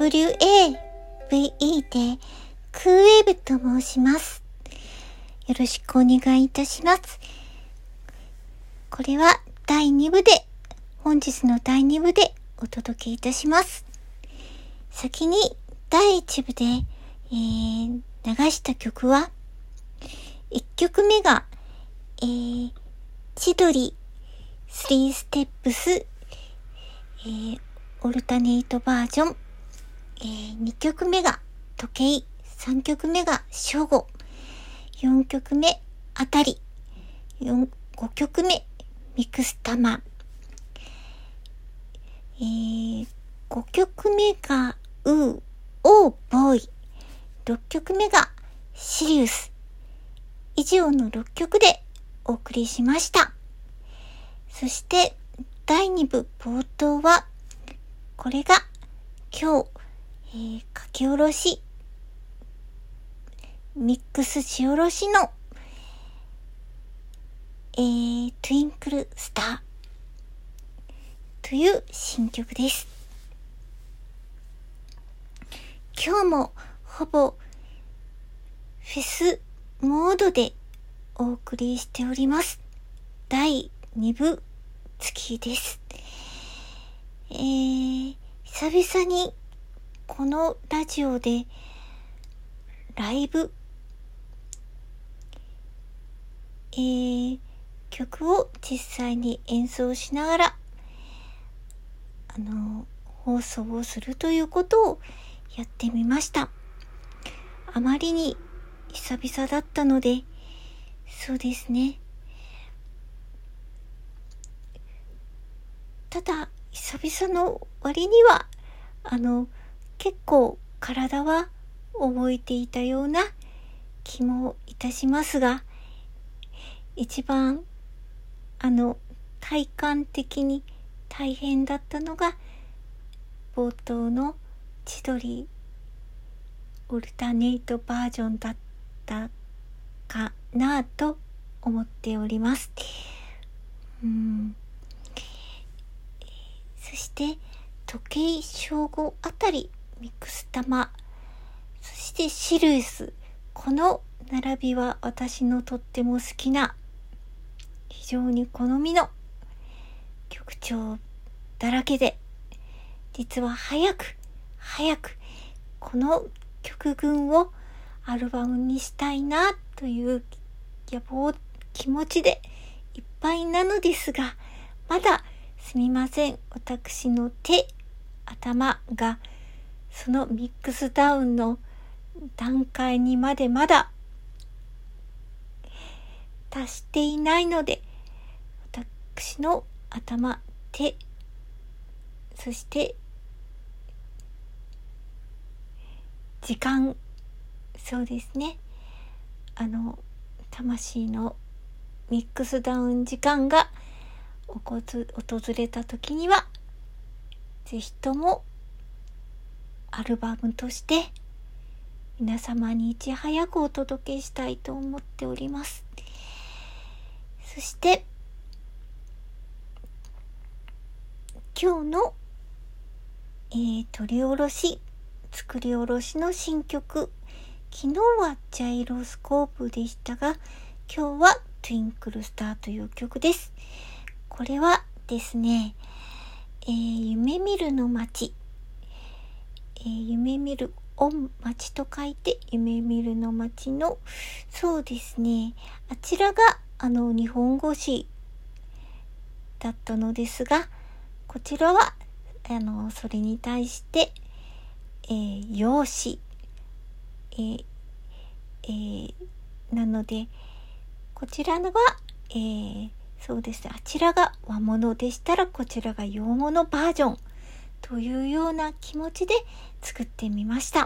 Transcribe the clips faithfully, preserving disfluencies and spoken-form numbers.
ブリューエーブイイー でクーウェーブと申します。よろしくお願いいたします。これはだいにぶで、本日のだいにぶでお届けいたします。先にだいいちぶで、えー、流した曲は、いっきょくめが、えー、千鳥スリーステップス、えー、オルタネイトバージョン、えー、にきょくめが時計、さんきょくめが正午、よんきょくめあたり、ごきょくめミクスタマ、えー、ごきょくめがウー、オーボーイ、ろっきょくめがシリウス、以上のろっきょくでお送りしました。そしてだいにぶ冒頭は、これが今日、えー、書き下ろし、ミックスし下ろしの、えー、トゥインクルスターという新曲です。今日もほぼフェスモードでお送りしております。だいにぶ月です。えー、久々にこのラジオでライブ、えー、曲を実際に演奏しながらあの放送をするということをやってみました。あまりに久々だったので、そうですね。ただ久々の割にはあの結構体は覚えていたような気もいたしますが、一番あの体感的に大変だったのが冒頭の千鳥オルタネイトバージョンだったかなと思っております。うん、そして時計正午あたりミクスタマ、そしてシルウス、この並びは私のとっても好きな、非常に好みの曲調だらけで、実は早く早くこの曲群をアルバムにしたいなという野望、気持ちでいっぱいなのですが、まだすみません、私の手、頭がそのミックスダウンの段階にまでまだ達していないので、私の頭、手、そして時間、そうですね、あの魂のミックスダウン時間がおこつ訪れた時には、ぜひともアルバムとして皆様にいち早くお届けしたいと思っております。そして今日の、えー、取り下ろし、作り下ろしの新曲、昨日はジャイロスコープでしたが、今日はトゥインクルスターという曲です。これはですね、えー、夢見るの街、えー、夢見る音町と書いて夢見るの街の、そうですね、あちらがあの日本語詞だったのですが、こちらはあのそれに対して、えー、用詞、えーえー、なのでこちらのが、えー、そうですね、あちらが和物でしたらこちらが洋物バージョンというような気持ちで作ってみました。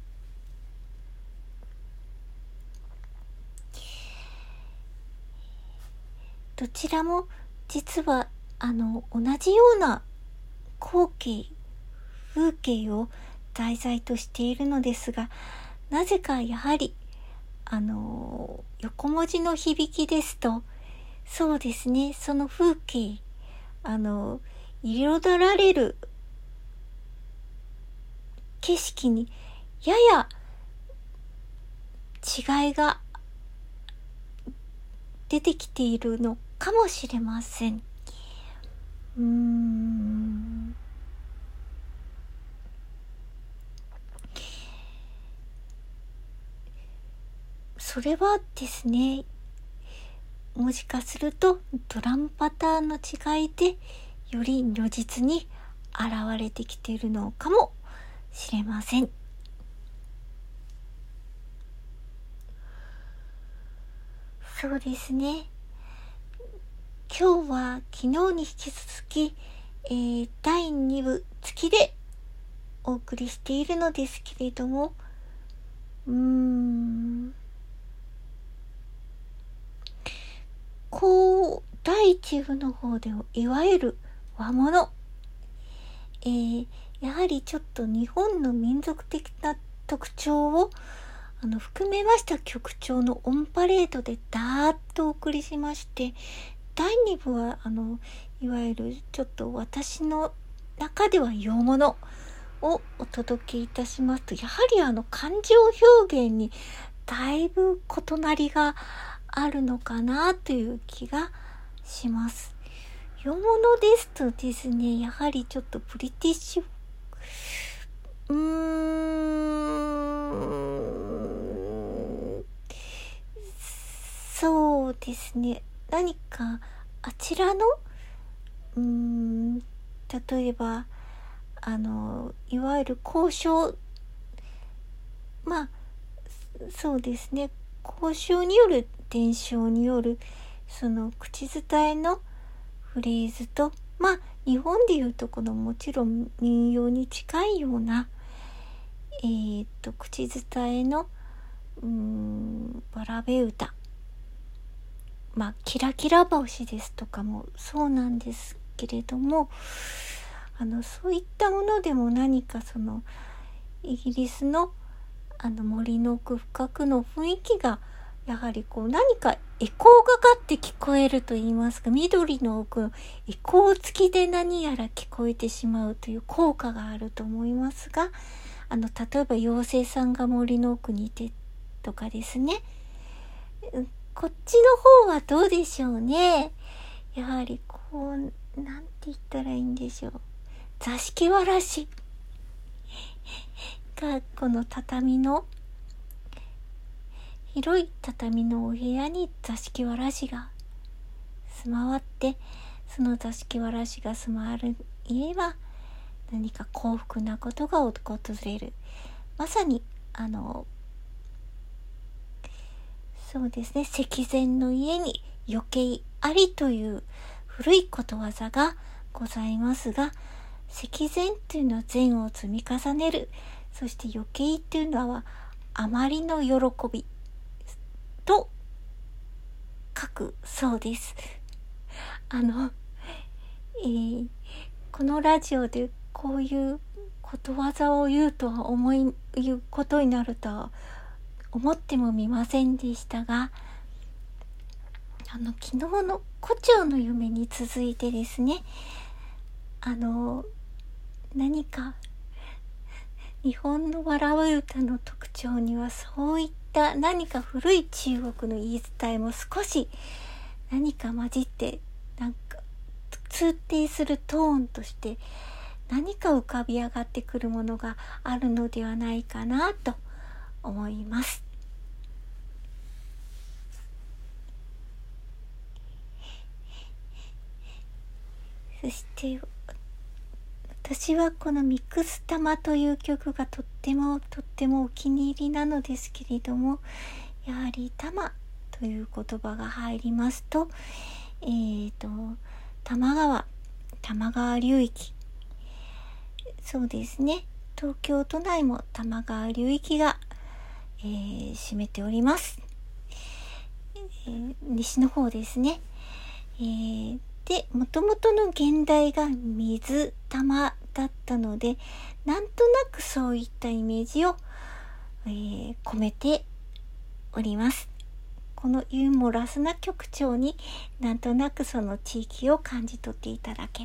どちらも実はあの同じような光景、風景を題材としているのですが、なぜかやはりあの横文字の響きですと、そうですね、その風景、あの彩られる景色にやや違いが出てきているのかもしれません。うーんそれはですね、もしかするとドラムパターンの違いでより如実に現れてきているのかもしれません。そうですね。今日は昨日に引き続き、えー、だいに部付きでお送りしているのですけれども、うーんこうだいいち部の方でいわゆる和物、えー、やはりちょっと日本の民族的な特徴をあの含めました曲調のオンパレードでダーッとお送りしまして、だいに部はあのいわゆるちょっと私の中では洋物をお届けいたしますと、やはりあの感情表現にだいぶ異なりがあるのかなという気がします。洋物ですとですね、やはりちょっとブリティッシュうーんそうですね、何かあちらのうーん例えばあのいわゆる交渉、まあそうですね、交渉による伝承によるその口伝えのフレーズと、まあ日本でいうとこのもちろん民謡に近いようなえー、っと口伝えのうーんわらべ歌、まあキラキラ星ですとかもそうなんですけれども、あのそういったものでも何かそのイギリスのあの森の奥深くの雰囲気がやはりこう何かエコーがかって聞こえると言いますか、緑の奥のエコー付きで何やら聞こえてしまうという効果があると思いますが、あの例えば妖精さんが森の奥にいてとかですね、こっちの方はどうでしょうね。やはりこうなんて言ったらいいんでしょう、座敷わらしがこの畳の広い畳のお部屋に座敷わらしが住まわって、その座敷わらしが住まわる家は何か幸福なことが訪れる、まさにあのそうですね、石前の家に余計ありという古いことわざがございますが、石前というのは善を積み重ねる、そして余計というのはあまりの喜びと書くそうです。あの、えー、このラジオでこういうことわざを言うとは思い言うことになるとは思ってもみませんでしたが、あの昨日の胡蝶の夢に続いてですね、あの何か日本の笑う歌の特徴にはそういった何か古い中国の言い伝えも少し何か混じって、なんか通底するトーンとして何か浮かび上がってくるものがあるのではないかなと思います。そして私はこのミックス玉という曲がとってもとってもお気に入りなのですけれども、やはり玉という言葉が入りますと、えーと多摩川多摩川流域、そうですね、東京都内も多摩川流域が、えー、占めております、えー、西の方ですね、えーで、もともとの現代が水玉だったので、なんとなくそういったイメージを、えー、込めております。このユーモラスな曲調になんとなくその地域を感じ取っていただけ